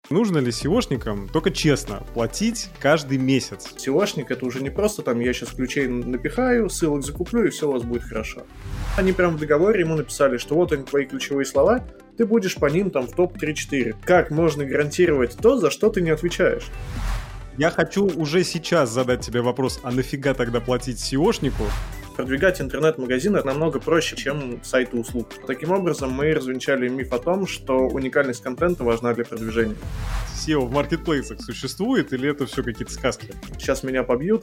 Нужно ли SEOшникам, только честно, платить каждый месяц? SEOшник — это уже не просто там я сейчас ключей напихаю, ссылок закуплю, и все у вас будет хорошо. Они прямо в договоре ему написали, что вот они твои ключевые слова, ты будешь по ним там в топ 3-4. Как можно гарантировать то, за что ты не отвечаешь? Я хочу уже сейчас задать тебе вопрос, а нафига тогда платить SEOшнику? Продвигать интернет-магазины намного проще, чем сайты услуг. Таким образом, мы развенчали миф о том, что уникальность контента важна для продвижения. SEO в маркетплейсах существует или это все какие-то сказки? Сейчас меня побьют.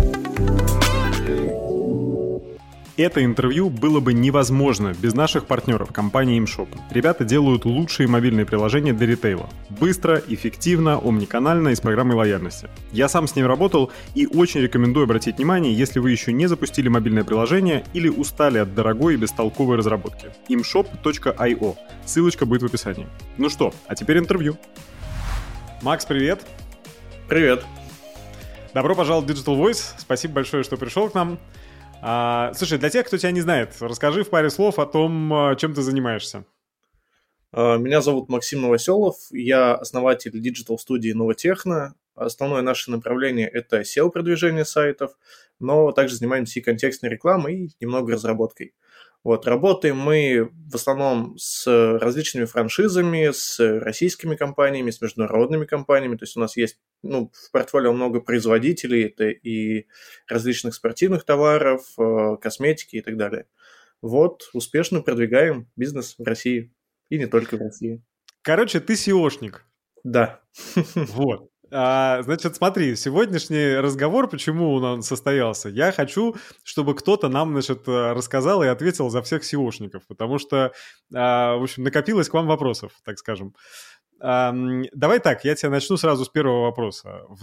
Это интервью было бы невозможно без наших партнеров компании ImShop. Ребята делают лучшие мобильные приложения для ритейла. Быстро, эффективно, омниканально и с программой лояльности. Я сам с ним работал и очень рекомендую обратить внимание, если вы еще не запустили мобильное приложение или устали от дорогой и бестолковой разработки. imshop.io. Ссылочка будет в описании. Ну что, а теперь интервью. Макс, привет. Привет. Добро пожаловать в Digital Voice. Спасибо большое, что пришел к нам. Слушай, для тех, кто тебя не знает, расскажи в паре слов о том, чем ты занимаешься. Меня зовут Максим Новоселов, я основатель диджитал-студии Новотехно. Основное наше направление – это SEO-продвижение сайтов, но также занимаемся и контекстной рекламой, и немного разработкой. Работаем мы в основном с различными франшизами, с российскими компаниями, с международными компаниями. То есть у нас есть в портфолио много производителей, это и различных спортивных товаров, косметики и так далее. Успешно продвигаем бизнес в России и не только в России. Короче, ты SEOшник. Да. Значит, смотри, сегодняшний разговор, почему он состоялся, я хочу, чтобы кто-то нам, рассказал и ответил за всех SEOшников, потому что, в общем, накопилось к вам вопросов, так скажем. Давай так, я тебя начну сразу с первого вопроса. В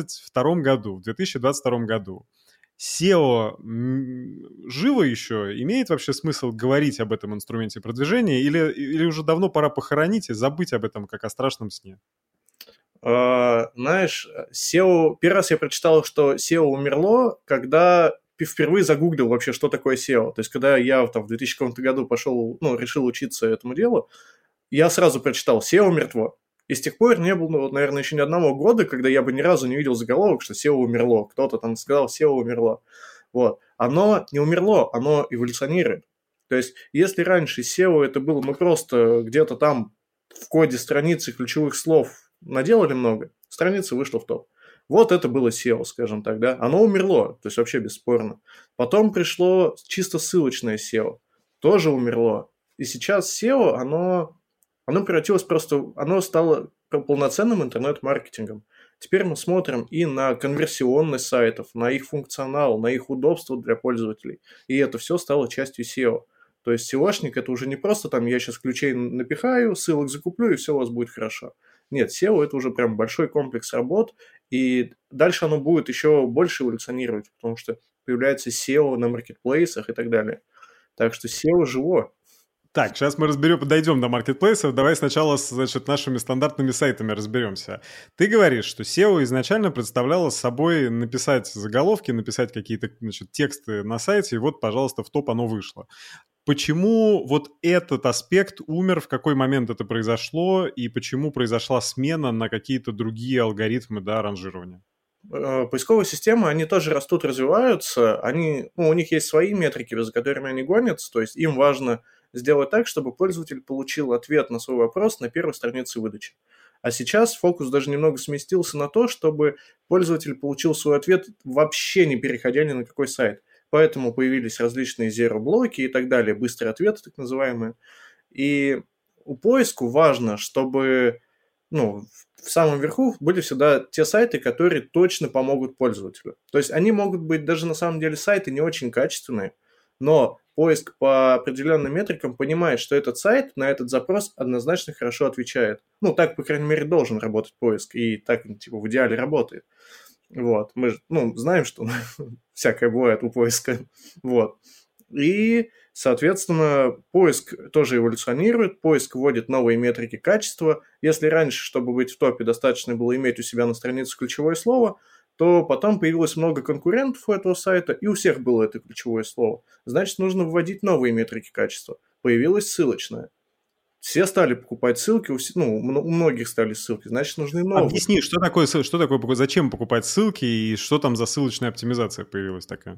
2022 году SEO живо еще? Имеет вообще смысл говорить об этом инструменте продвижения или уже давно пора похоронить и забыть об этом, как о страшном сне? Знаешь, SEO... Первый раз я прочитал, что SEO умерло, когда впервые загуглил вообще, что такое SEO. То есть, когда я в 2000 году решил учиться этому делу, я сразу прочитал «SEO мертво». И с тех пор не было, наверное, еще ни одного года, когда я бы ни разу не видел заголовок, что SEO умерло. Кто-то там сказал «SEO умерло». Оно не умерло, оно эволюционирует. То есть, если раньше SEO это было, мы просто где-то там в коде страницы ключевых слов наделали много, страница вышла в топ. Это было SEO, скажем так, да. Оно умерло, то есть вообще бесспорно. Потом пришло чисто ссылочное SEO, тоже умерло. И сейчас SEO, оно превратилось оно стало полноценным интернет-маркетингом. Теперь мы смотрим и на конверсионность сайтов, на их функционал, на их удобство для пользователей. И это все стало частью SEO. То есть SEOшник – это уже не просто там я сейчас ключей напихаю, ссылок закуплю, и все у вас будет хорошо. Нет, SEO – это уже прям большой комплекс работ, и дальше оно будет еще больше эволюционировать, потому что появляется SEO на маркетплейсах и так далее. Так что SEO живо. Так, сейчас мы дойдем до маркетплейсов. Давай сначала с нашими стандартными сайтами разберемся. Ты говоришь, что SEO изначально представляло собой написать заголовки, написать какие-то тексты на сайте, и пожалуйста, в топ оно вышло. Почему этот аспект умер, в какой момент это произошло, и почему произошла смена на какие-то другие алгоритмы ранжирования? Поисковые системы, они тоже растут, развиваются, у них есть свои метрики, за которыми они гонятся, то есть им важно сделать так, чтобы пользователь получил ответ на свой вопрос на первой странице выдачи. А сейчас фокус даже немного сместился на то, чтобы пользователь получил свой ответ, вообще не переходя ни на какой сайт. Поэтому появились различные zero-блоки и так далее, быстрые ответы так называемые. И у поиску важно, чтобы в самом верху были всегда те сайты, которые точно помогут пользователю. То есть они могут быть даже на самом деле сайты не очень качественные, но поиск по определенным метрикам понимает, что этот сайт на этот запрос однозначно хорошо отвечает. Так, по крайней мере, должен работать поиск, и так, в идеале работает. Мы же, знаем, что всякое бывает у поиска. И, соответственно, поиск тоже эволюционирует, поиск вводит новые метрики качества. Если раньше, чтобы быть в топе, достаточно было иметь у себя на странице ключевое слово, то потом появилось много конкурентов у этого сайта, и у всех было это ключевое слово. Значит, нужно вводить новые метрики качества. Появилась ссылочная. Все стали покупать ссылки, у многих стали ссылки, значит, нужны новые. Объясни, что такое, зачем покупать ссылки и что там за ссылочная оптимизация появилась такая?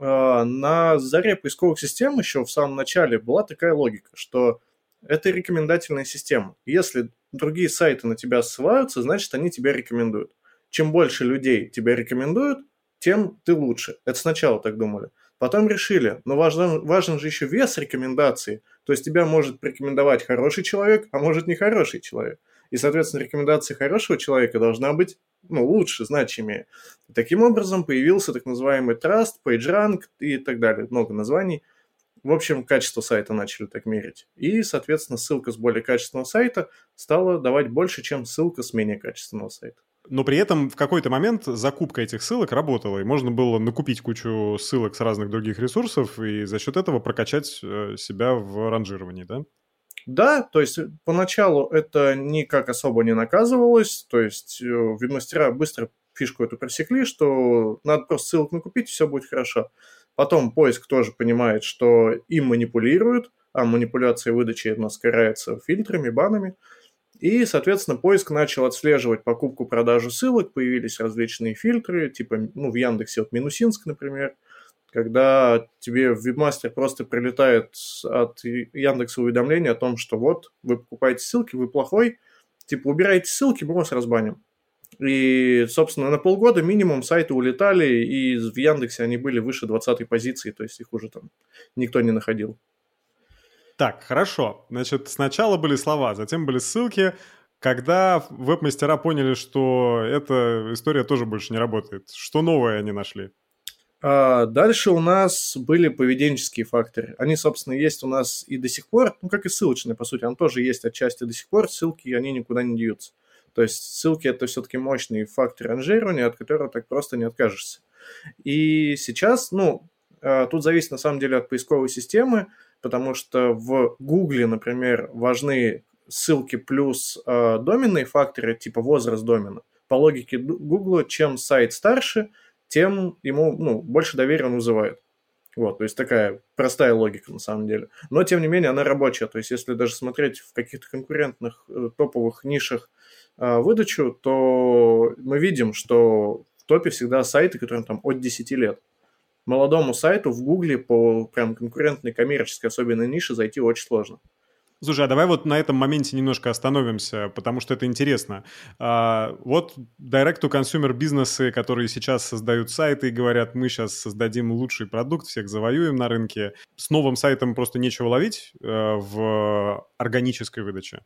На заре поисковых систем еще в самом начале была такая логика, что это рекомендательная система. Если другие сайты на тебя ссылаются, значит, они тебя рекомендуют. Чем больше людей тебя рекомендуют, тем ты лучше. Это сначала так думали. Потом решили, но важен же еще вес рекомендаций. То есть тебя может порекомендовать хороший человек, а может нехороший человек. И, соответственно, рекомендация хорошего человека должна быть лучше, значимее. И таким образом появился так называемый Trust, PageRank и так далее. Много названий. В общем, качество сайта начали так мерить. И, соответственно, ссылка с более качественного сайта стала давать больше, чем ссылка с менее качественного сайта. Но при этом в какой-то момент закупка этих ссылок работала, и можно было накупить кучу ссылок с разных других ресурсов и за счет этого прокачать себя в ранжировании, да? Да, то есть поначалу это никак особо не наказывалось, то есть вебмастера быстро фишку эту просекли, что надо просто ссылок накупить, и все будет хорошо. Потом поиск тоже понимает, что им манипулируют, а манипуляция выдачи у нас карается фильтрами, банами. И, соответственно, поиск начал отслеживать покупку-продажу ссылок, появились различные фильтры, типа, в Яндексе вот Минусинск, например, когда тебе в вебмастер просто прилетает от Яндекса уведомление о том, что вот, вы покупаете ссылки, вы плохой, типа, убирайте ссылки, мы вас разбаним. И, собственно, на полгода минимум сайты улетали, и в Яндексе они были выше 20-й позиции, то есть их уже там никто не находил. Так, хорошо. Значит, сначала были слова, затем были ссылки. Когда веб-мастера поняли, что эта история тоже больше не работает, что новое они нашли? Дальше у нас были поведенческие факторы. Они, собственно, есть у нас и до сих пор, как и ссылочные, по сути, он тоже есть отчасти до сих пор, ссылки, они никуда не деются. То есть ссылки – это все-таки мощный фактор ранжирования, от которого так просто не откажешься. И сейчас, тут зависит на самом деле от поисковой системы, потому что в Гугле, например, важны ссылки плюс доменные факторы, типа возраст домена. По логике Гугла, чем сайт старше, тем ему больше доверия он вызывает. Вот, то есть такая простая логика на самом деле. Но, тем не менее, она рабочая. То есть если даже смотреть в каких-то конкурентных топовых нишах выдачу, то мы видим, что в топе всегда сайты, которым там от 10 лет. Молодому сайту в Гугле по прям конкурентной коммерческой особенной нише зайти очень сложно. Слушай, а давай вот на этом моменте немножко остановимся, потому что это интересно. Вот direct-to-consumer бизнесы, которые сейчас создают сайты и говорят, мы сейчас создадим лучший продукт, всех завоюем на рынке. С новым сайтом просто нечего ловить в органической выдаче.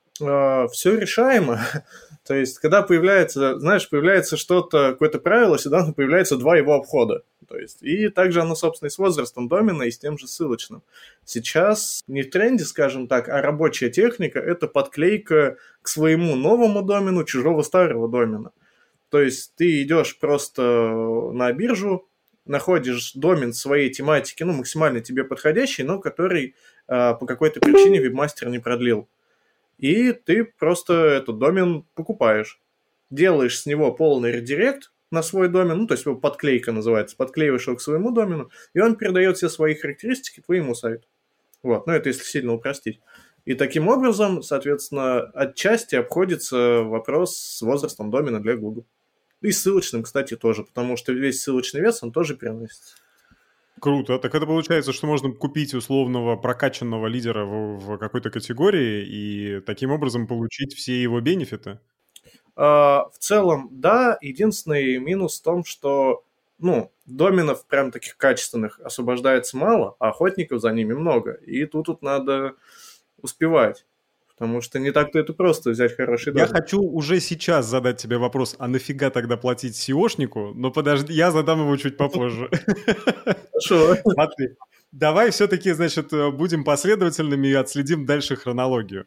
Все решаемо. То есть, когда появляется что-то, какое-то правило, всегда появляется два его обхода. То есть, и также оно, собственно, и с возрастом домена, и с тем же ссылочным. Сейчас не в тренде, скажем так, а рабочая техника – это подклейка к своему новому домену чужого старого домена. То есть, ты идешь просто на биржу, находишь домен своей тематики, максимально тебе подходящий, но который по какой-то причине вебмастер не продлил. И ты просто этот домен покупаешь. Делаешь с него полный редирект на свой домен, то есть его подклейка называется, подклеиваешь его к своему домену, и он передает все свои характеристики твоему сайту. Вот, это если сильно упростить. И таким образом, соответственно, отчасти обходится вопрос с возрастом домена для Google. И ссылочным, кстати, тоже, потому что весь ссылочный вес, он тоже переносится. Круто. Так это получается, что можно купить условного прокачанного лидера в какой-то категории и таким образом получить все его бенефиты? В целом, да. Единственный минус в том, что доменов прям таких качественных освобождается мало, а охотников за ними много. И тут надо успевать. Потому что не так-то это просто взять хороший домен. Я хочу уже сейчас задать тебе вопрос, а нафига тогда платить SEOшнику? Но подожди, я задам его чуть попозже. Хорошо. Смотри, давай все-таки, значит, будем последовательными и отследим дальше хронологию.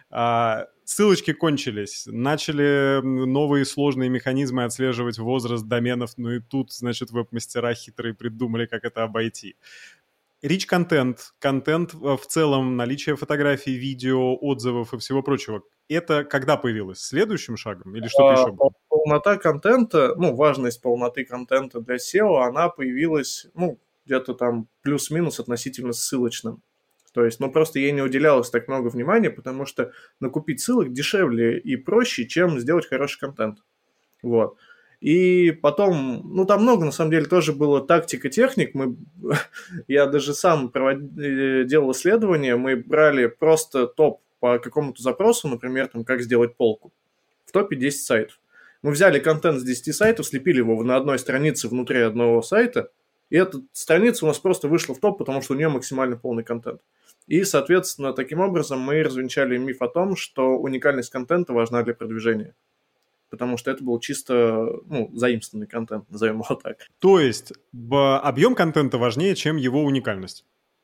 Ссылочки кончились, начали новые сложные механизмы отслеживать возраст доменов, и тут, значит, веб-мастера хитрые придумали, как это обойти. Rich контент в целом, наличие фотографий, видео, отзывов и всего прочего. Это когда появилось? Следующим шагом или что-то еще было? Полнота контента, важность полноты контента для SEO, она появилась, где-то там плюс-минус относительно ссылочным. То есть, ну, просто ей не уделялось так много внимания, потому что накупить ссылок дешевле и проще, чем сделать хороший контент. Вот. И потом, ну, там много, на самом деле, тоже было тактик и техник. Я даже сам делал исследования, мы брали просто топ по какому-то запросу, например, там, как сделать полку. В топе 10 сайтов. Мы взяли контент с 10 сайтов, слепили его на одной странице внутри одного сайта, и эта страница у нас просто вышла в топ, потому что у нее максимально полный контент. И, соответственно, таким образом мы развенчали миф о том, что уникальность контента важна для продвижения. Потому что это был чисто, ну, заимствованный контент, назовем его так. То есть объем контента важнее, чем его уникальность?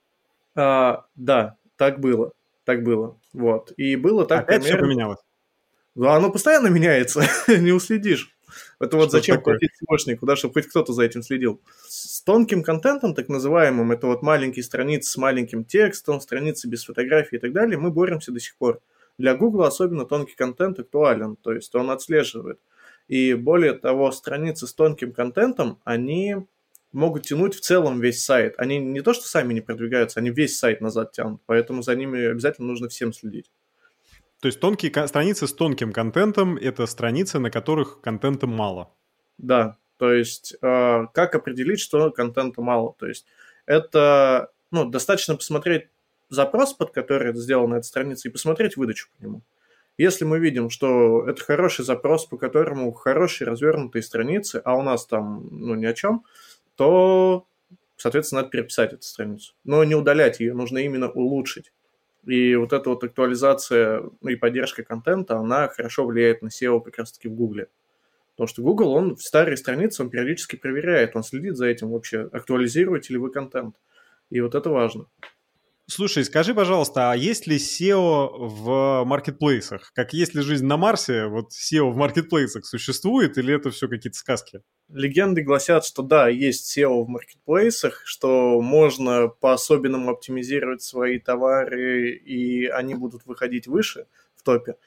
Да, так было. Так было. Вот. И было так Опять примерно... все поменялось? Ну, оно постоянно меняется, не уследишь. Это вот Что зачем такое? платить SEOшнику, да, чтобы хоть кто-то за этим следил. С тонким контентом, так называемым, это вот маленькие страницы с маленьким текстом, страницы без фотографий и так далее, мы боремся до сих пор. Для Google особенно тонкий контент актуален, то есть он отслеживает. И более того, страницы с тонким контентом, они могут тянуть в целом весь сайт. Они не то, что сами не продвигаются, они весь сайт назад тянут, поэтому за ними обязательно нужно всем следить. То есть страницы с тонким контентом – это страницы, на которых контента мало. Да, то есть как определить, что контента мало? То есть это, ну, достаточно посмотреть запрос, под который сделана эта страница, и посмотреть выдачу по нему. Если мы видим, что это хороший запрос, по которому хорошие развернутые страницы, а у нас там, ну, ни о чем, то, соответственно, надо переписать эту страницу. Но не удалять ее, нужно именно улучшить. И вот эта вот актуализация, ну, и поддержка контента, она хорошо влияет на SEO как раз-таки в Гугле. Потому что Google, он в старые страницы, он периодически проверяет, он следит за этим вообще, актуализируете ли вы контент. И вот это важно. Слушай, скажи, пожалуйста, а есть ли SEO в маркетплейсах? Как есть ли жизнь на Марсе, вот SEO в маркетплейсах существует или это все какие-то сказки? Легенды гласят, что да, есть SEO в маркетплейсах, что можно по-особенному оптимизировать свои товары, и они будут выходить выше в топе.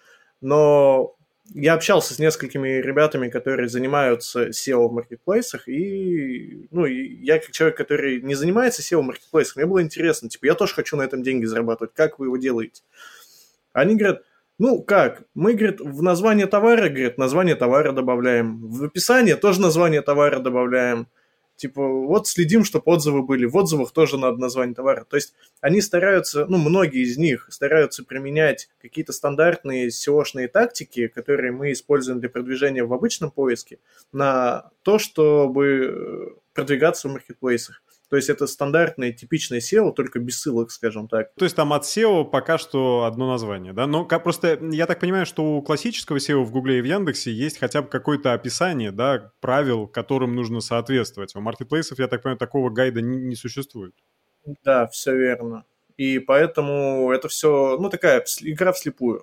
Но я общался с несколькими ребятами, которые занимаются SEO в маркетплейсах, и, ну, и я как человек, который не занимается SEO в маркетплейсах, мне было интересно, типа, я тоже хочу на этом деньги зарабатывать, как вы его делаете? Они говорят, ну как, мы, говорит, в название товара, говорит, название товара добавляем, в описание тоже название товара добавляем, типа, вот следим, чтобы отзывы были, в отзывах тоже надо название товара. То есть они стараются, ну, многие из них стараются применять какие-то стандартные SEO-шные тактики, которые мы используем для продвижения в обычном поиске, на то, чтобы продвигаться в маркетплейсах. То есть это стандартное, типичное SEO, только без ссылок, скажем так. То есть там от SEO пока что одно название, да? Но просто я так понимаю, что у классического SEO в Гугле и в Яндексе есть хотя бы какое-то описание, да, правил, которым нужно соответствовать. У маркетплейсов, я так понимаю, такого гайда не существует. Да, все верно. И поэтому это все, ну, такая игра вслепую.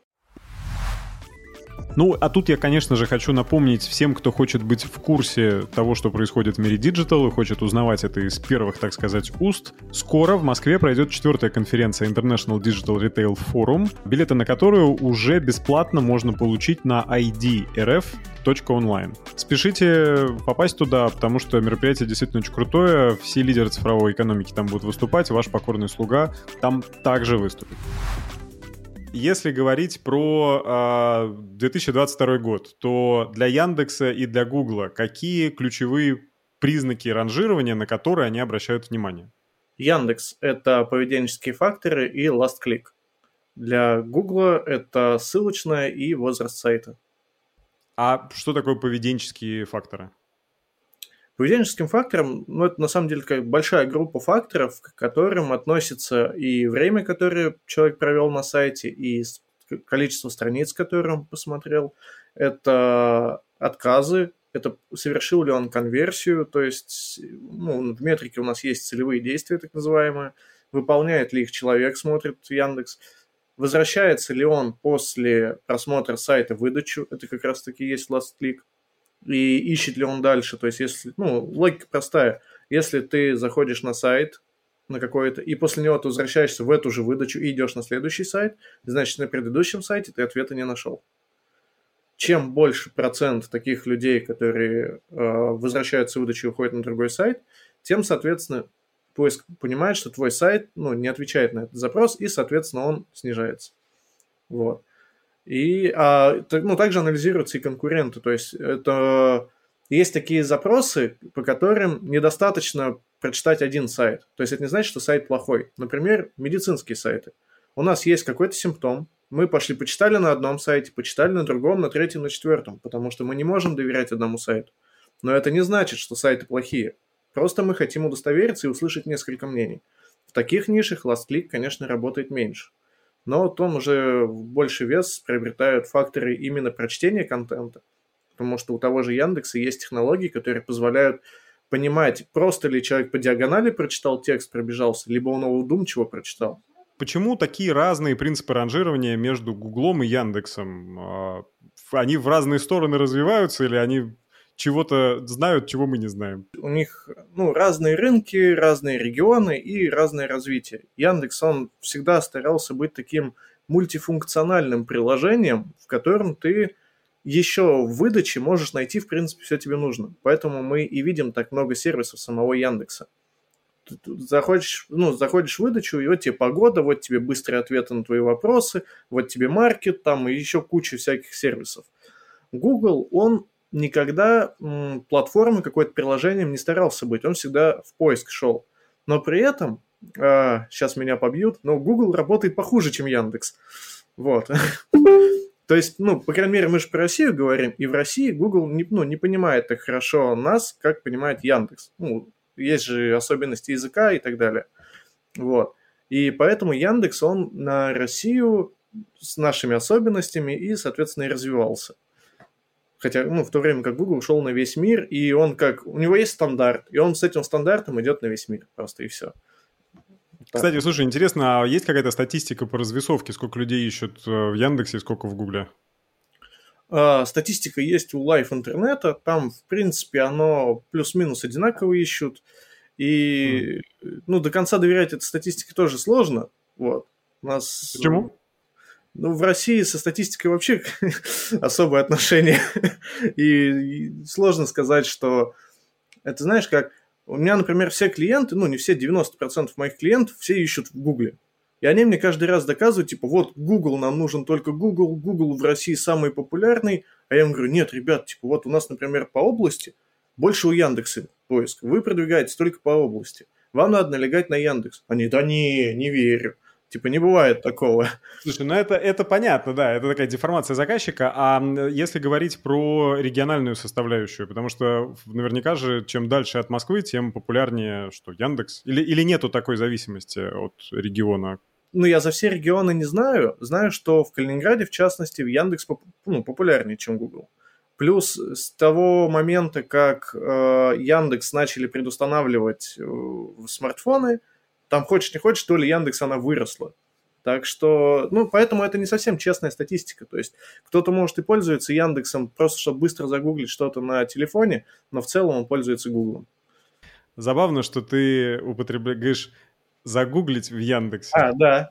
Ну, а тут я, конечно же, хочу напомнить всем, кто хочет быть в курсе того, что происходит в мире диджитал и хочет узнавать это из первых, так сказать, уст. Скоро в Москве пройдет 4-я конференция International Digital Retail Forum, билеты на которую уже бесплатно можно получить на idrf.online. Спешите попасть туда, потому что мероприятие действительно очень крутое, все лидеры цифровой экономики там будут выступать, ваш покорный слуга там также выступит. Если говорить про 2022 год, то для Яндекса и для Гугла какие ключевые признаки ранжирования, на которые они обращают внимание? Яндекс – это поведенческие факторы и last click. Для Гугла это ссылочная и возраст сайта. А что такое поведенческие факторы? Поведенческим фактором, ну, это на самом деле как большая группа факторов, к которым относится и время, которое человек провел на сайте, и количество страниц, которые он посмотрел. Это отказы, это совершил ли он конверсию, то есть, ну, в метрике у нас есть целевые действия, так называемые, выполняет ли их человек, смотрит Яндекс, возвращается ли он после просмотра сайта выдачу, это как раз-таки есть last click, и ищет ли он дальше. То есть, если, ну, логика простая. Если ты заходишь на сайт на какой-то, и после него ты возвращаешься в эту же выдачу и идешь на следующий сайт, значит, на предыдущем сайте ты ответа не нашел. Чем больше процент таких людей, которые возвращаются в выдачу и уходят на другой сайт, тем, соответственно, поиск понимает, что твой сайт, не отвечает на этот запрос, и, соответственно, он снижается. Вот. И также анализируются и конкуренты. То есть это есть такие запросы, по которым недостаточно прочитать один сайт. То есть это не значит, что сайт плохой. Например, медицинские сайты. У нас есть какой-то симптом, мы пошли почитали на одном сайте, почитали на другом, на третьем, на четвертом, потому что мы не можем доверять одному сайту. Но это не значит, что сайты плохие. Просто мы хотим удостовериться и услышать несколько мнений. В таких нишах Last Click, конечно, работает меньше. Но там уже больше вес приобретают факторы именно прочтения контента, потому что у того же Яндекса есть технологии, которые позволяют понимать, просто ли человек по диагонали прочитал текст, пробежался, либо он его вдумчиво прочитал. Почему такие разные принципы ранжирования между Гуглом и Яндексом? Они в разные стороны развиваются или они чего-то знают, чего мы не знаем? У них разные рынки, разные регионы и разное развитие. Яндекс, он всегда старался быть таким мультифункциональным приложением, в котором ты еще в выдаче можешь найти, в принципе, все тебе нужно. Поэтому мы и видим так много сервисов самого Яндекса. Ты заходишь в выдачу, и вот тебе погода, вот тебе быстрые ответы на твои вопросы, вот тебе маркет, там и еще куча всяких сервисов. Google, он никогда платформой, какое-то приложением не старался быть, он всегда в поиск шел. Но при этом, сейчас меня побьют, но Google работает похуже, чем Яндекс. Вот. То есть, по крайней мере, мы же про Россию говорим, и в России Google не понимает так хорошо нас, как понимает Яндекс. Есть же особенности языка и так далее. Вот. И поэтому Яндекс, он на Россию с нашими особенностями и, соответственно, и развивался. Хотя, в то время как Google шел на весь мир, и у него есть стандарт, и он с этим стандартом идет на весь мир просто, и все. Кстати, слушай, интересно, а есть какая-то статистика по развесовке? Сколько людей ищут в Яндексе, сколько в Гугле? Статистика есть у Live интернета, там, в принципе, оно плюс-минус одинаково ищут, и, до конца доверять этой статистике тоже сложно, вот. У нас... Почему? В России со статистикой вообще особое отношение, и сложно сказать, что... Это знаешь, как... У меня, например, все клиенты, не все, 90% моих клиентов все ищут в Гугле. И они мне каждый раз доказывают, вот Google, нам нужен только Google, Google в России самый популярный. А я им говорю, нет, ребят, вот у нас, например, по области больше у Яндекса поиск. Вы продвигаетесь только по области. Вам надо налегать на Яндекс. Они, да не верю. Не бывает такого. Слушай, это понятно, да, это такая деформация заказчика. А если говорить про региональную составляющую, потому что наверняка же, чем дальше от Москвы, тем популярнее, что Яндекс? Или нету такой зависимости от региона? Я за все регионы не знаю. Знаю, что в Калининграде, в частности, Яндекс популярнее, чем Google. Плюс с того момента, как Яндекс начали предустанавливать смартфоны, там хочешь не хочешь, то ли Яндекс, она выросла. Так что, поэтому это не совсем честная статистика. То есть кто-то, может, и пользуется Яндексом просто, чтобы быстро загуглить что-то на телефоне, но в целом он пользуется Гуглом. Забавно, что ты употребляешь загуглить в Яндексе. Да.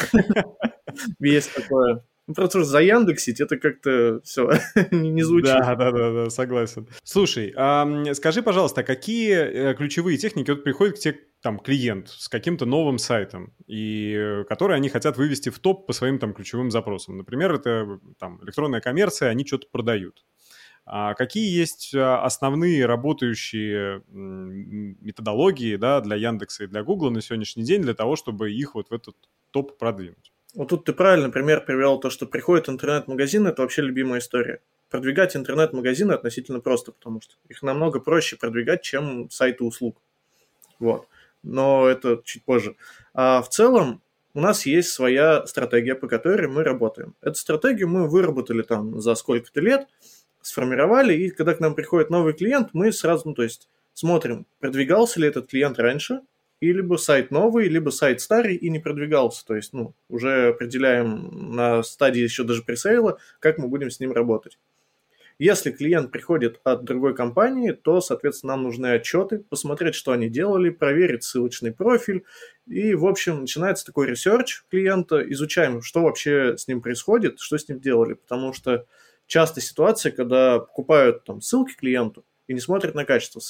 Есть такое. Просто за Яндексить это как-то все не звучит. Да, согласен. Слушай, скажи, пожалуйста, какие ключевые техники приходят к тебе клиент с каким-то новым сайтом, и которые они хотят вывести в топ по своим ключевым запросам? Например, это электронная коммерция, они что-то продают. Какие есть основные работающие методологии, для Яндекса и для Гугла на сегодняшний день для того, чтобы их вот в этот топ продвинуть? Вот тут ты правильно пример привел, то, что приходит интернет-магазин, это вообще любимая история. Продвигать интернет-магазины относительно просто, потому что их намного проще продвигать, чем сайты услуг. Вот. Но это чуть позже. А в целом у нас есть своя стратегия, по которой мы работаем. Эту стратегию мы выработали за сколько-то лет, сформировали, и когда к нам приходит новый клиент, мы сразу, смотрим, продвигался ли этот клиент раньше, и либо сайт новый, либо сайт старый и не продвигался. То есть, уже определяем на стадии еще даже пресейла, как мы будем с ним работать. Если клиент приходит от другой компании, то, соответственно, нам нужны отчеты, посмотреть, что они делали, проверить ссылочный профиль. И, в общем, начинается такой ресерч клиента, изучаем, что вообще с ним происходит, что с ним делали. Потому что часто ситуация, когда покупают ссылки клиенту и не смотрят на качество ссылок.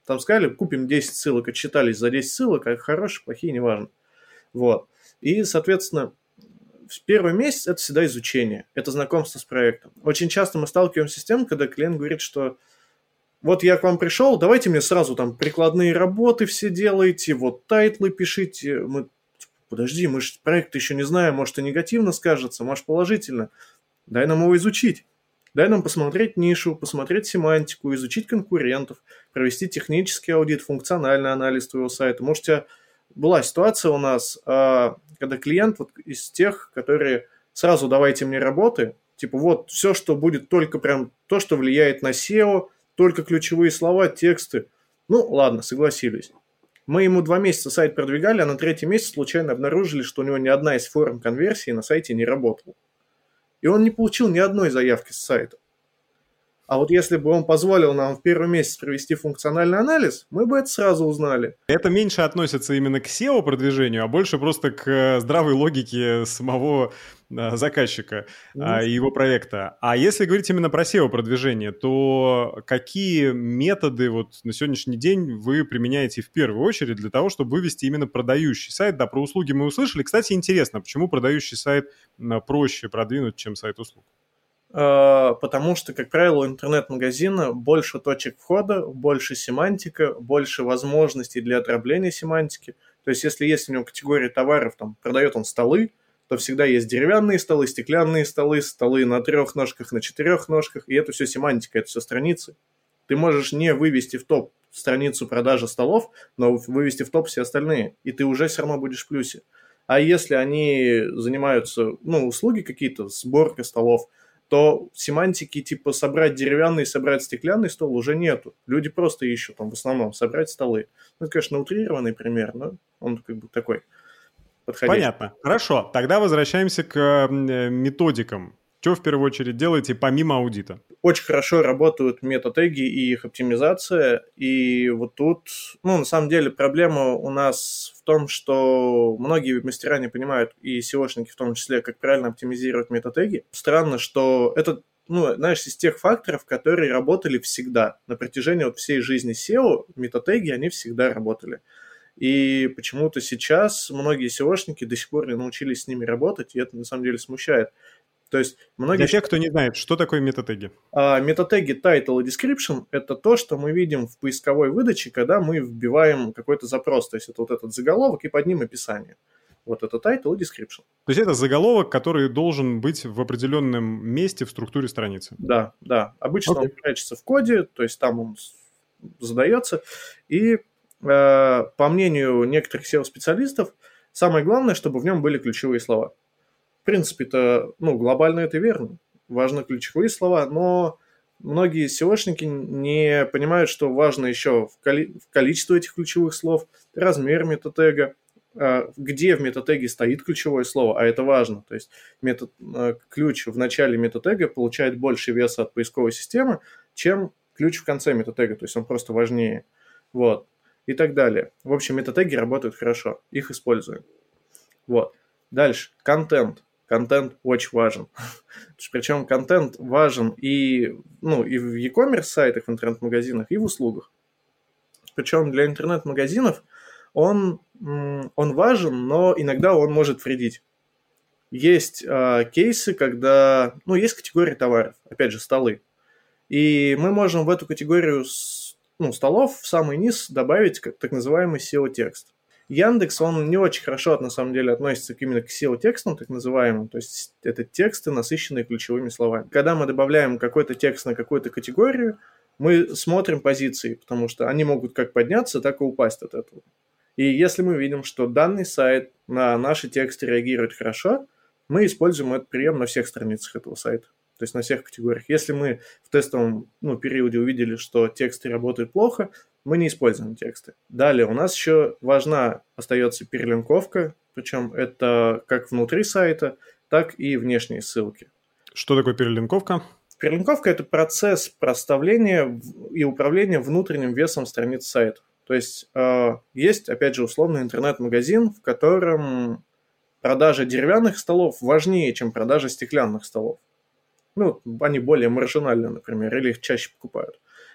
Там сказали, купим 10 ссылок, отчитались за 10 ссылок, а хорошие, плохие, неважно. Вот. И, соответственно, в первый месяц это всегда изучение, это знакомство с проектом. Очень часто мы сталкиваемся с тем, когда клиент говорит, что вот я к вам пришел, давайте мне сразу там прикладные работы все делайте, вот тайтлы пишите. Мы, подожди, мы же проект еще не знаем, может и негативно скажется, может положительно. Дай нам его изучить. Дай нам посмотреть нишу, посмотреть семантику, изучить конкурентов, провести технический аудит, функциональный анализ твоего сайта. Может, у тебя была ситуация у нас, когда клиент вот из тех, которые сразу давайте мне работы, типа вот все, что будет только прям то, что влияет на SEO, только ключевые слова, тексты. Ну, ладно, согласились. Мы ему 2 месяца сайт продвигали, а на 3-й месяц случайно обнаружили, что у него ни одна из форм конверсии на сайте не работала. И он не получил ни одной заявки с сайта. А вот если бы он позволил нам в первый месяц провести функциональный анализ, мы бы это сразу узнали. Это меньше относится именно к SEO-продвижению, а больше просто к здравой логике самого заказчика и его проекта. А если говорить именно про SEO-продвижение, то какие методы вот на сегодняшний день вы применяете в первую очередь для того, чтобы вывести именно продающий сайт? Да, про услуги мы услышали. Кстати, интересно, почему продающий сайт проще продвинуть, чем сайт услуг? Потому что, как правило, у интернет-магазина больше точек входа, больше семантика, больше возможностей для отрабления семантики. То есть, если есть у него категория товаров, там, продает он столы, то всегда есть деревянные столы, стеклянные столы, столы на 3 ножках, на 4 ножках, и это все семантика, это все страницы. Ты можешь не вывести в топ страницу продажи столов, но вывести в топ все остальные, и ты уже все равно будешь в плюсе. А если они занимаются, услуги какие-то, сборка столов, то семантики типа собрать деревянный, собрать стеклянный стол уже нету. Люди просто ищут там в основном собрать столы. Ну, это, конечно, утрированный пример, но он как бы такой подходящий. Понятно. Хорошо. Тогда возвращаемся к методикам. Что в первую очередь делаете помимо аудита? Очень хорошо работают метатеги и их оптимизация. И вот тут, на самом деле, проблема у нас в том, что многие мастера не понимают, и SEOшники в том числе, как правильно оптимизировать метатеги. Странно, что это, знаешь, из тех факторов, которые работали всегда. На протяжении вот всей жизни SEO метатеги, они всегда работали. И почему-то сейчас многие SEOшники до сих пор не научились с ними работать, и это на самом деле смущает. То есть многие... Для тех, кто не знает, что такое метатеги? Метатеги title и description – это то, что мы видим в поисковой выдаче, когда мы вбиваем какой-то запрос. То есть это вот этот заголовок и под ним описание. Вот это title и description. То есть это заголовок, который должен быть в определенном месте в структуре страницы? Да. Обычно он прячется в коде, то есть там он задается. И по мнению некоторых SEO-специалистов, самое главное, чтобы в нем были ключевые слова. В принципе-то, глобально это верно. Важны ключевые слова, но многие SEOшники не понимают, что важно еще в количестве этих ключевых слов, размер метатега, где в метатеге стоит ключевое слово, а это важно. То есть ключ в начале метатега получает больше веса от поисковой системы, чем ключ в конце метатега, то есть он просто важнее. Вот. И так далее. В общем, метатеги работают хорошо, их используем. Вот. Дальше. Контент. Контент очень важен. Причем контент важен и в e-commerce сайтах, в интернет-магазинах, и в услугах. Причем для интернет-магазинов он важен, но иногда он может вредить. Есть кейсы, когда... есть категория товаров, опять же, столы. И мы можем в эту категорию столов в самый низ добавить так называемый SEO-текст. Яндекс, он не очень хорошо, на самом деле, относится именно к SEO-текстам, так называемым, то есть это тексты, насыщенные ключевыми словами. Когда мы добавляем какой-то текст на какую-то категорию, мы смотрим позиции, потому что они могут как подняться, так и упасть от этого. И если мы видим, что данный сайт на наши тексты реагирует хорошо, мы используем этот прием на всех страницах этого сайта, то есть на всех категориях. Если мы в тестовом периоде увидели, что тексты работают плохо, мы не используем тексты. Далее у нас еще остается перелинковка, причем это как внутри сайта, так и внешние ссылки. Что такое перелинковка? Перелинковка – это процесс проставления и управления внутренним весом страниц сайта. То есть есть, опять же, условный интернет-магазин, в котором продажа деревянных столов важнее, чем продажа стеклянных столов. Они более маржинальны, например, или их чаще покупают.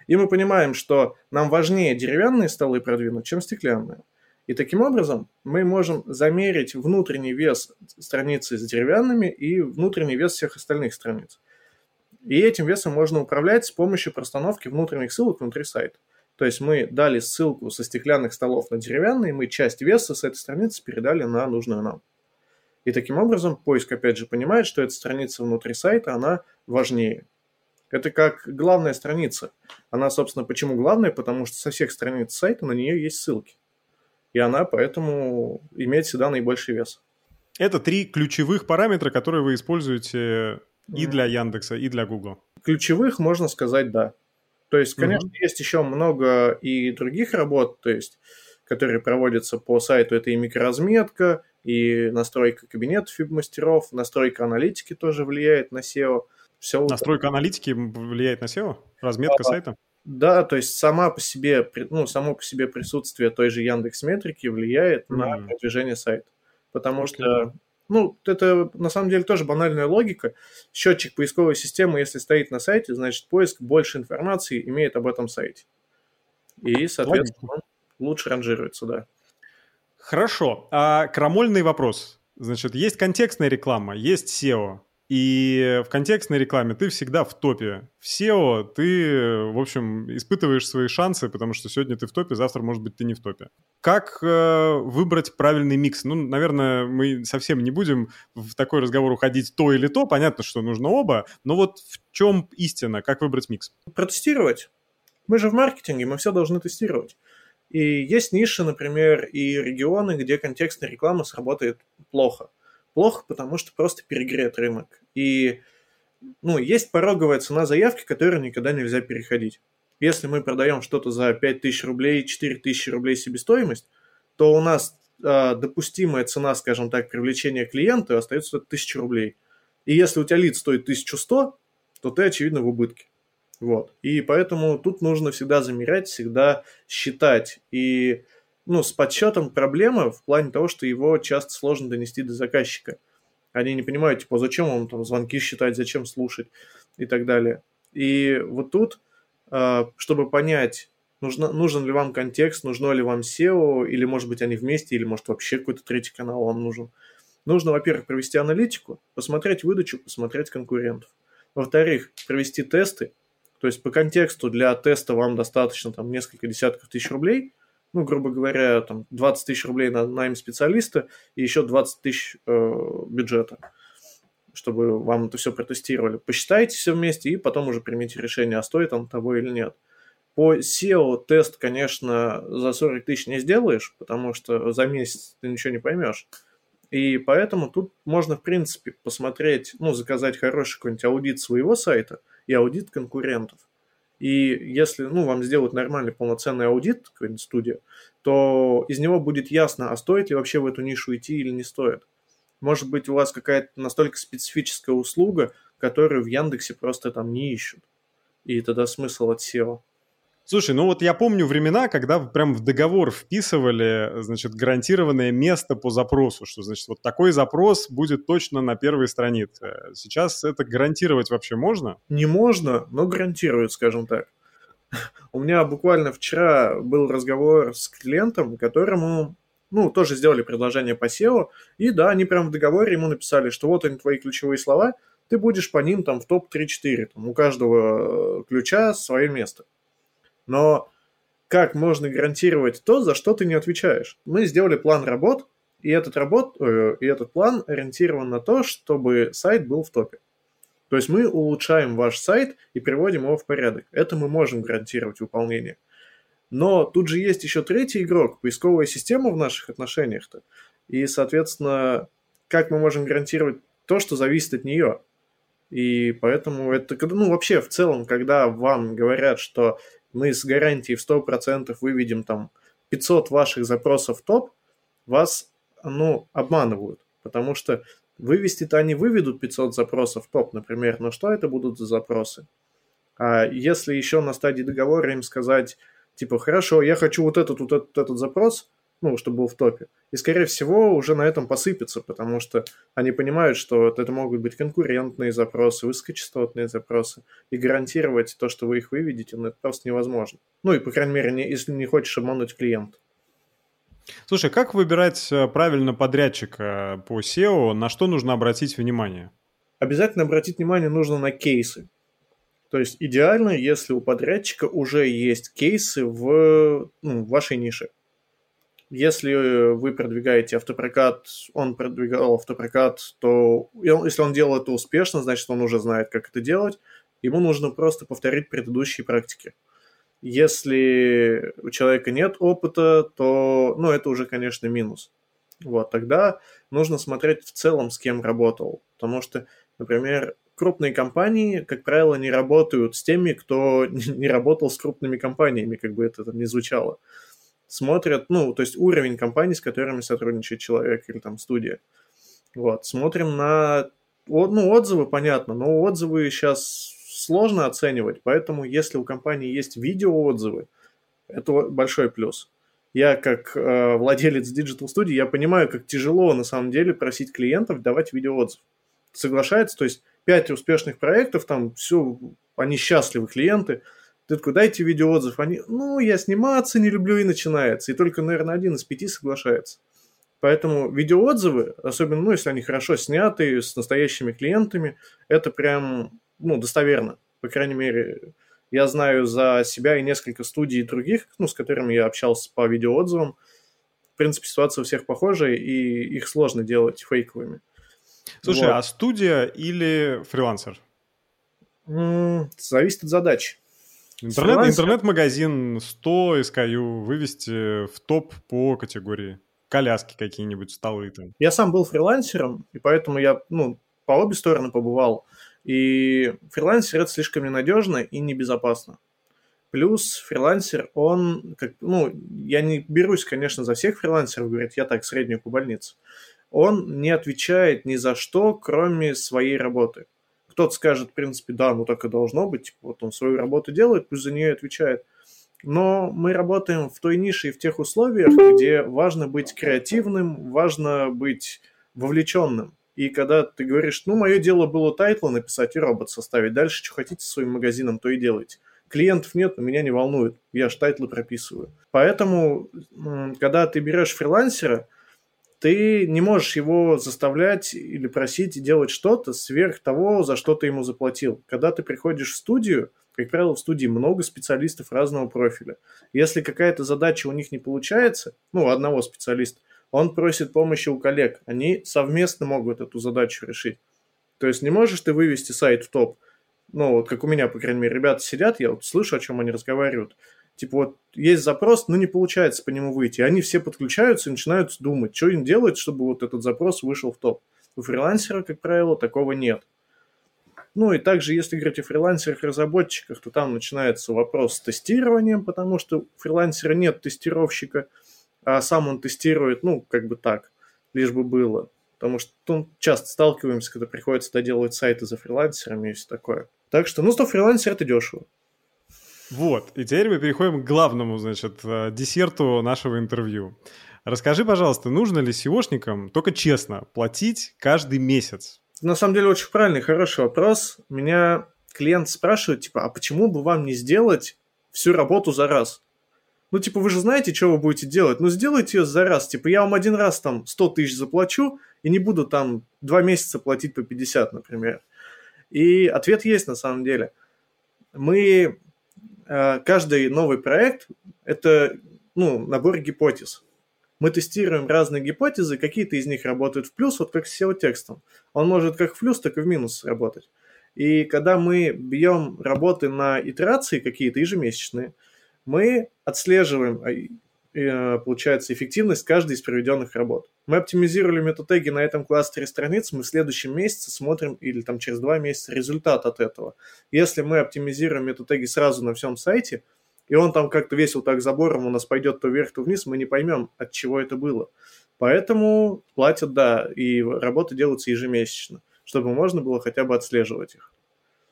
И мы понимаем, что нам важнее деревянные столы продвинуть, чем стеклянные. И таким образом мы можем замерить внутренний вес страницы с деревянными и внутренний вес всех остальных страниц. И этим весом можно управлять с помощью простановки внутренних ссылок внутри сайта. То есть мы дали ссылку со стеклянных столов на деревянные, мы часть веса с этой страницы передали на нужную нам. И таким образом поиск опять же понимает, что эта страница внутри сайта, она важнее. Это как главная страница. Она, собственно, почему главная? Потому что со всех страниц сайта на нее есть ссылки. И она поэтому имеет всегда наибольший вес. Это 3 ключевых параметра, которые вы используете и для Яндекса, и для Гугла. Ключевых, можно сказать, да. То есть, конечно, есть еще много и других работ, то есть, которые проводятся по сайту. Это и микроразметка, и настройка кабинетов веб-мастеров, настройка аналитики тоже влияет на SEO. Все настройка аналитики влияет на SEO? Разметка сайта? Да, то есть само по себе присутствие той же Яндекс.Метрики влияет на продвижение сайта. Потому что, это на самом деле тоже банальная логика. Счетчик поисковой системы, если стоит на сайте, значит, поиск больше информации имеет об этом сайте. И, соответственно, он лучше ранжируется, да. Хорошо. Крамольный вопрос. Значит, есть контекстная реклама, есть SEO. И в контекстной рекламе ты всегда в топе. В SEO ты, в общем, испытываешь свои шансы, потому что сегодня ты в топе, завтра, может быть, ты не в топе. Как выбрать правильный микс? Наверное, мы совсем не будем в такой разговор уходить то или то. Понятно, что нужно оба. Но вот в чем истина? Как выбрать микс? Протестировать. Мы же в маркетинге, мы все должны тестировать. И есть ниши, например, и регионы, где контекстная реклама сработает плохо. Плохо, потому что просто перегрет рынок. И есть пороговая цена заявки, которую никогда нельзя переходить. Если мы продаем что-то за 5000 рублей, 4000 рублей себестоимость, то у нас допустимая цена, скажем так, привлечения клиента остается 1000 рублей. И если у тебя лид стоит 1100, то ты, очевидно, в убытке. Вот. И поэтому тут нужно всегда замерять, всегда считать. И с подсчетом проблема в плане того, что его часто сложно донести до заказчика. Они не понимают, зачем вам там звонки считать, зачем слушать и так далее. И вот тут, чтобы понять, нужен ли вам контекст, нужно ли вам SEO, или, может быть, они вместе, или, может, вообще какой-то третий канал вам нужен. Нужно, во-первых, провести аналитику, посмотреть выдачу, посмотреть конкурентов. Во-вторых, провести тесты. То есть по контексту для теста вам достаточно несколько десятков тысяч рублей, грубо говоря, 20 тысяч рублей на найм специалиста и еще 20 тысяч бюджета, чтобы вам это все протестировали. Посчитайте все вместе и потом уже примите решение, стоит он того или нет. По SEO тест, конечно, за 40 тысяч не сделаешь, потому что за месяц ты ничего не поймешь. И поэтому тут можно, в принципе, посмотреть, заказать хороший какой-нибудь аудит своего сайта и аудит конкурентов. И если вам сделают нормальный полноценный аудит, какая-нибудь студия, то из него будет ясно, стоит ли вообще в эту нишу идти или не стоит. Может быть, у вас какая-то настолько специфическая услуга, которую в Яндексе просто не ищут. И тогда смысл от SEO. Слушай, я помню времена, когда прям в договор вписывали, гарантированное место по запросу, что, вот такой запрос будет точно на первой странице. Сейчас это гарантировать вообще можно? Не можно, но гарантируют, скажем так. У меня буквально вчера был разговор с клиентом, которому, тоже сделали предложение по SEO, и да, они прям в договоре ему написали, что вот они твои ключевые слова, ты будешь по ним в топ 3-4, у каждого ключа свое место. Но как можно гарантировать то, за что ты не отвечаешь? Мы сделали план работ, и этот план ориентирован на то, чтобы сайт был в топе. То есть мы улучшаем ваш сайт и приводим его в порядок. Это мы можем гарантировать выполнение. Но тут же есть еще третий игрок, поисковая система в наших отношениях-то. И, соответственно, как мы можем гарантировать то, что зависит от нее? И поэтому это, вообще в целом, когда вам говорят, что мы с гарантией в 100% выведем 500 ваших запросов в топ, вас, обманывают. Потому что вывести-то они выведут 500 запросов в топ, например, но что это будут за запросы? А если еще на стадии договора им сказать, хорошо, я хочу вот этот запрос, ну, чтобы был в топе. И, скорее всего, уже на этом посыпется, потому что они понимают, что это могут быть конкурентные запросы, высокочастотные запросы, и гарантировать то, что вы их выведете, ну, это просто невозможно. Ну, и, по крайней мере, если не хочешь обмануть клиента. Слушай, как выбирать правильно подрядчика по SEO, на что нужно обратить внимание? Обязательно обратить внимание нужно на кейсы. То есть идеально, если у подрядчика уже есть кейсы в вашей нише. Если вы продвигаете автопрокат, он продвигал автопрокат, то если он делал это успешно, значит, он уже знает, как это делать. Ему нужно просто повторить предыдущие практики. Если у человека нет опыта, то, это уже, конечно, минус. Вот, тогда нужно смотреть в целом, с кем работал. Потому что, например, крупные компании, как правило, не работают с теми, кто не работал с крупными компаниями, как бы это там ни звучало. Смотрят, то есть уровень компаний, с которыми сотрудничает человек или там студия. Вот, смотрим на, отзывы, понятно, но отзывы сейчас сложно оценивать, поэтому если у компании есть видеоотзывы, это большой плюс. Я как владелец диджитал-студии, я понимаю, как тяжело на самом деле просить клиентов давать видеоотзыв. Соглашается, то есть 5 успешных проектов, там все, они счастливы, клиенты. Ты такой, дайте видеоотзыв. Они, я сниматься не люблю, и начинается. И только, наверное, 1 из 5 соглашается. Поэтому видеоотзывы, особенно, если они хорошо сняты, с настоящими клиентами, это прям, достоверно. По крайней мере, я знаю за себя и несколько студий других, с которыми я общался по видеоотзывам. В принципе, ситуация у всех похожая, и их сложно делать фейковыми. Слушай, а студия или фрилансер? Зависит от задач. Интернет-магазин 100 SKU вывести в топ по категории. Коляски какие-нибудь, столы там. Я сам был фрилансером, и поэтому я, по обе стороны побывал. И фрилансер – это слишком ненадежно и небезопасно. Плюс фрилансер, он, я не берусь, конечно, за всех фрилансеров, говорит, я так, среднюю по больнице. Он не отвечает ни за что, кроме своей работы. Кто-то скажет, в принципе, да, так и должно быть, вот он свою работу делает, пусть за нее отвечает. Но мы работаем в той нише и в тех условиях, где важно быть креативным, важно быть вовлеченным. И когда ты говоришь, мое дело было тайтлы написать и робот составить, дальше что хотите со своим магазином, то и делайте. Клиентов нет, но меня не волнует, я же тайтлы прописываю. Поэтому, когда ты берешь фрилансера, ты не можешь его заставлять или просить делать что-то сверх того, за что ты ему заплатил. Когда ты приходишь в студию, как правило, в студии много специалистов разного профиля. Если какая-то задача у них не получается, одного специалиста, он просит помощи у коллег. Они совместно могут эту задачу решить. То есть не можешь ты вывести сайт в топ. Как у меня, по крайней мере, ребята сидят, я слышу, о чем они разговаривают. Типа есть запрос, но не получается по нему выйти. Они все подключаются и начинают думать, что им делать, чтобы этот запрос вышел в топ. У фрилансера, как правило, такого нет. И также, если говорить о фрилансерах-разработчиках, то там начинается вопрос с тестированием, потому что у фрилансера нет тестировщика, а сам он тестирует, так, лишь бы было. Потому что часто сталкиваемся, когда приходится доделывать сайты за фрилансерами и все такое. Так что, фрилансер – это дешево. Вот, и теперь мы переходим к главному, десерту нашего интервью. Расскажи, пожалуйста, нужно ли SEOшникам, только честно, платить каждый месяц? На самом деле очень правильный, хороший вопрос. Меня клиент спрашивает, а почему бы вам не сделать всю работу за раз? Вы же знаете, что вы будете делать. Сделайте ее за раз. Я вам один раз 100 тысяч заплачу и не буду 2 месяца платить по 50, например. И ответ есть на самом деле. Каждый новый проект – это набор гипотез. Мы тестируем разные гипотезы, какие-то из них работают в плюс, как с SEO-текстом. Он может как в плюс, так и в минус работать. И когда мы бьем работы на итерации какие-то ежемесячные, мы отслеживаем, получается, эффективность каждой из проведенных работ. Мы оптимизировали метатеги на этом кластере страниц, мы в следующем месяце смотрим, или через 2 месяца, результат от этого. Если мы оптимизируем метатеги сразу на всем сайте, и он как-то весь так забором у нас пойдет то вверх, то вниз, мы не поймем, от чего это было. Поэтому платят, да, и работы делаются ежемесячно, чтобы можно было хотя бы отслеживать их.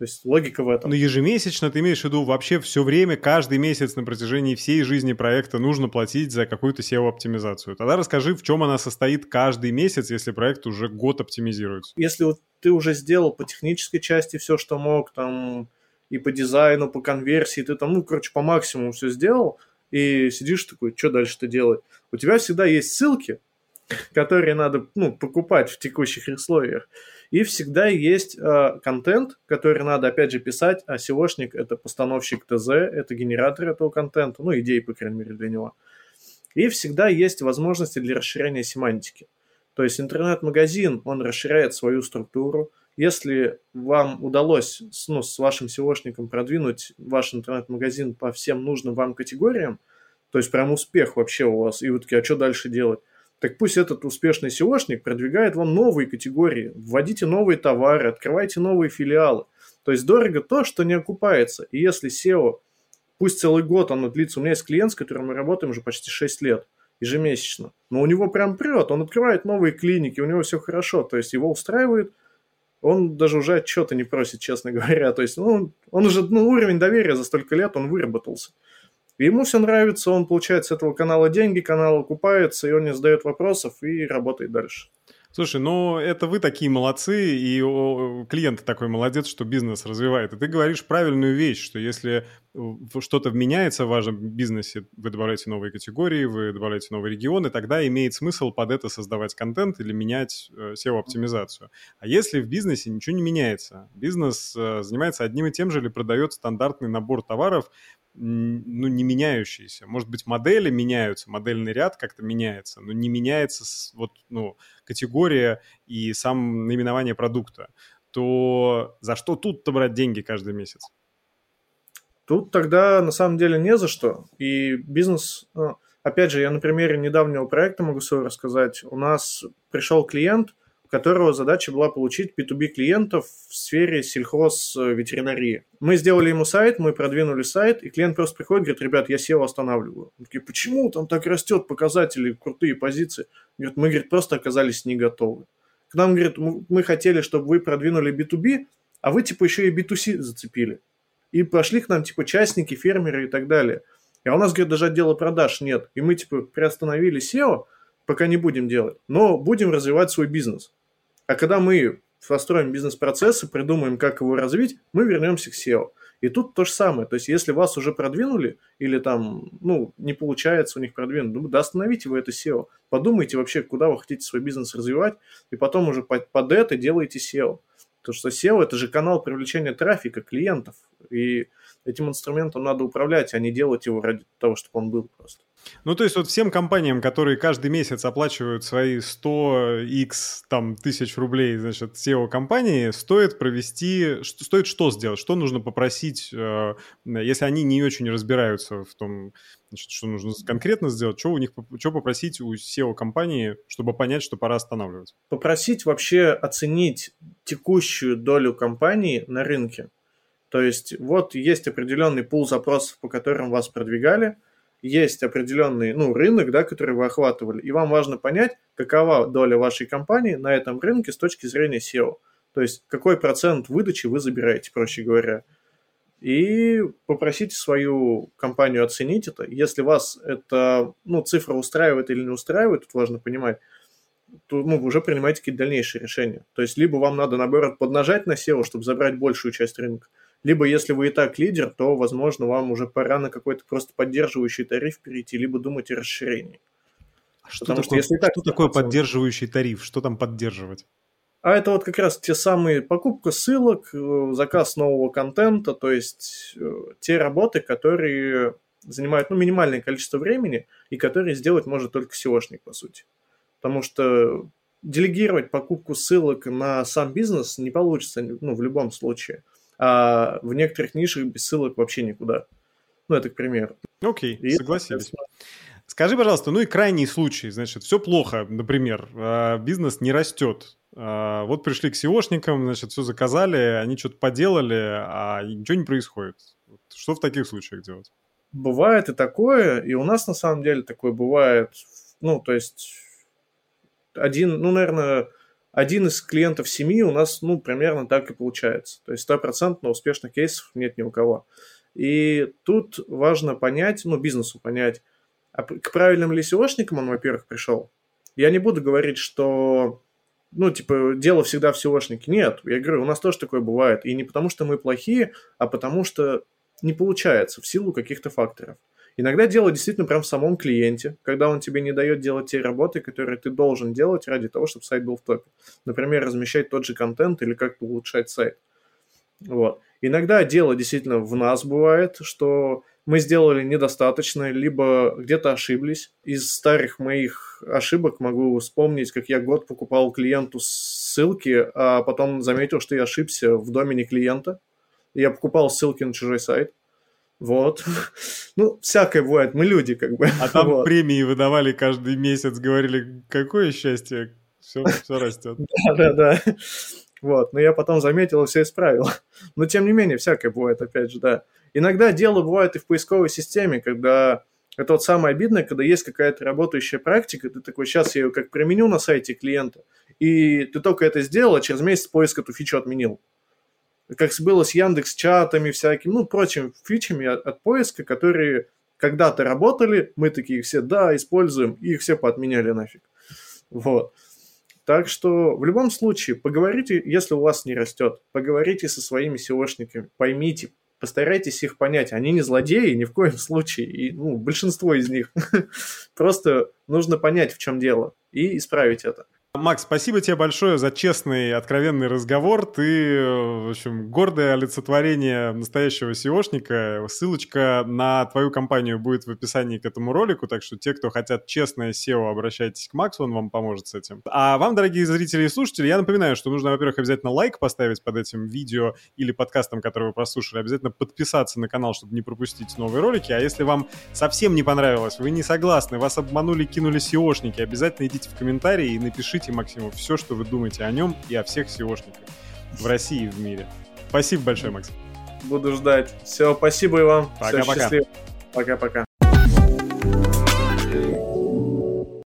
То есть логика в этом. Но ежемесячно ты имеешь в виду вообще все время, каждый месяц на протяжении всей жизни проекта нужно платить за какую-то SEO-оптимизацию. Тогда расскажи, в чем она состоит каждый месяц, если проект уже год оптимизируется. Если вот ты уже сделал по технической части все, что мог, там, и по дизайну, по конверсии, ты там, ну, короче, по максимуму все сделал, и сидишь такой, что дальше-то делать? У тебя всегда есть ссылки, которые надо, ну, покупать в текущих условиях. И всегда есть контент, который надо, опять же, писать, а SEOшник – это постановщик ТЗ, это генератор этого контента, ну, идеи, по крайней мере, для него. И всегда есть возможности для расширения семантики. То есть интернет-магазин, он расширяет свою структуру. Если вам удалось с вашим SEOшником продвинуть ваш интернет-магазин по всем нужным вам категориям, то есть прям успех вообще у вас, и вы такие, а что дальше делать? Так пусть этот успешный SEOшник продвигает вам новые категории, вводите новые товары, открывайте новые филиалы. То есть дорого то, что не окупается. И если SEO, пусть целый год оно длится, у меня есть клиент, с которым мы работаем уже почти 6 лет, ежемесячно, но у него прям прет, он открывает новые клиники, у него все хорошо, то есть его устраивает, он даже уже отчета не просит, честно говоря, то есть он уже, уровень доверия за столько лет, он выработался. И ему все нравится, он получает с этого канала деньги, канал окупается, и он не задает вопросов и работает дальше. Слушай, ну это вы такие молодцы, и клиент такой молодец, что бизнес развивает. И ты говоришь правильную вещь, что если что-то меняется в вашем бизнесе, вы добавляете новые категории, вы добавляете новые регионы, тогда имеет смысл под это создавать контент или менять SEO-оптимизацию. А если в бизнесе ничего не меняется, бизнес занимается одним и тем же или продает стандартный набор товаров, ну, не меняющиеся. Может быть, модели меняются, модельный ряд как-то меняется, но не меняется категория и сам наименование продукта, то за что тут-то брать деньги каждый месяц? Тут тогда на самом деле не за что. И бизнес, опять же, я на примере недавнего проекта могу свой рассказать. У нас пришел клиент, у которого задача была получить B2B клиентов в сфере сельхоз-ветеринарии. Мы сделали ему сайт, мы продвинули сайт, и клиент просто приходит, говорит, ребят, я SEO останавливаю. Мы такие, почему там так растет показатели, крутые позиции? Говорит, мы, говорит, просто оказались не готовы. К нам, говорит, мы хотели, чтобы вы продвинули B2B, а вы типа еще и B2C зацепили. И пошли к нам типа частники, фермеры и так далее. А у нас, говорит, даже отдела продаж нет. И мы типа приостановили SEO, пока не будем делать, но будем развивать свой бизнес. А когда мы построим бизнес-процессы, придумаем, как его развить, мы вернемся к SEO. И тут то же самое. То есть, если вас уже продвинули, или там, не получается у них продвинуть, да остановите вы это SEO. Подумайте вообще, куда вы хотите свой бизнес развивать, и потом уже под это делайте SEO. Потому что SEO – это же канал привлечения трафика, клиентов. И этим инструментом надо управлять, а не делать его ради того, чтобы он был просто. Ну, то есть вот всем компаниям, которые каждый месяц оплачивают свои 100x тысяч рублей, значит, SEO-компании, стоит что сделать? Что нужно попросить, если они не очень разбираются в том, значит, что нужно конкретно сделать, что попросить у SEO-компании, чтобы понять, что пора останавливать? Попросить вообще оценить текущую долю компании на рынке. То есть вот есть определенный пул запросов, по которым вас продвигали, есть определенный рынок, да, который вы охватывали, и вам важно понять, какова доля вашей компании на этом рынке с точки зрения SEO. То есть какой процент выдачи вы забираете, проще говоря. И попросите свою компанию оценить это. Если вас эта цифра устраивает или не устраивает, тут важно понимать, то уже принимайте какие-то дальнейшие решения. То есть либо вам надо, наоборот, поднажать на SEO, чтобы забрать большую часть рынка, либо если вы и так лидер, то, возможно, вам уже пора на какой-то просто поддерживающий тариф перейти, либо думать о расширении. Что такое поддерживающий тариф? Что там поддерживать? А это вот как раз те самые покупка ссылок, заказ нового контента, то есть те работы, которые занимают минимальное количество времени и которые сделать может только SEOшник, по сути. Потому что делегировать покупку ссылок на сам бизнес не получится в любом случае. А в некоторых нишах без ссылок вообще никуда. Это к примеру. Окей, согласились. Скажи, пожалуйста, и крайний случай, значит, все плохо, например, бизнес не растет. Вот пришли к SEOшникам, значит, все заказали, они что-то поделали, а ничего не происходит. Что в таких случаях делать? Бывает и такое, и у нас на самом деле такое бывает, то есть наверное, 1 из клиентов 7 у нас, примерно так и получается. То есть 100% успешных кейсов нет ни у кого. И тут важно понять, бизнесу понять, а к правильным ли SEOшникам он, во-первых, пришел. Я не буду говорить, что, дело всегда в SEOшнике. Нет, я говорю, у нас тоже такое бывает. И не потому, что мы плохие, а потому, что не получается в силу каких-то факторов. Иногда дело действительно прям в самом клиенте, когда он тебе не дает делать те работы, которые ты должен делать ради того, чтобы сайт был в топе. Например, размещать тот же контент или как-то улучшать сайт. Вот. Иногда дело действительно в нас бывает, что мы сделали недостаточно, либо где-то ошиблись. Из старых моих ошибок могу вспомнить, как я год покупал клиенту ссылки, а потом заметил, что я ошибся в домене клиента. Я покупал ссылки на чужой сайт. Вот. Всякое бывает, мы люди как бы. А там премии выдавали каждый месяц, говорили, какое счастье, все растет. Да. Вот, но я потом заметил и все исправил. Но тем не менее, всякое бывает, опять же, да. Иногда дело бывает и в поисковой системе, когда это вот самое обидное, когда есть какая-то работающая практика, ты такой, сейчас я ее как применю на сайте клиента, и ты только это сделал, а через месяц поиск эту фичу отменил. Как было с Яндекс.Чатами всякими, прочими фичами от поиска, которые когда-то работали, мы такие все, да, используем, и их все поотменяли нафиг. Вот. Так что в любом случае поговорите, если у вас не растет, поговорите со своими SEOшниками, поймите, постарайтесь их понять. Они не злодеи ни в коем случае, и большинство из них. Просто нужно понять, в чем дело, и исправить это. Макс, спасибо тебе большое за честный, откровенный разговор. Ты, в общем, гордое олицетворение настоящего SEOшника. Ссылочка на твою компанию будет в описании к этому ролику, так что те, кто хотят честное SEO, обращайтесь к Максу, он вам поможет с этим. А вам, дорогие зрители и слушатели, я напоминаю, что нужно, во-первых, обязательно лайк поставить под этим видео или подкастом, который вы прослушали, обязательно подписаться на канал, чтобы не пропустить новые ролики. А если вам совсем не понравилось, вы не согласны, вас обманули, кинули SEOшники, обязательно идите в комментарии и напишите Максиму все, что вы думаете о нем и о всех SEOшниках в России и в мире. Спасибо большое, Макс. Буду ждать. Все, спасибо и вам. Пока-пока. Все, счастливо. Пока-пока.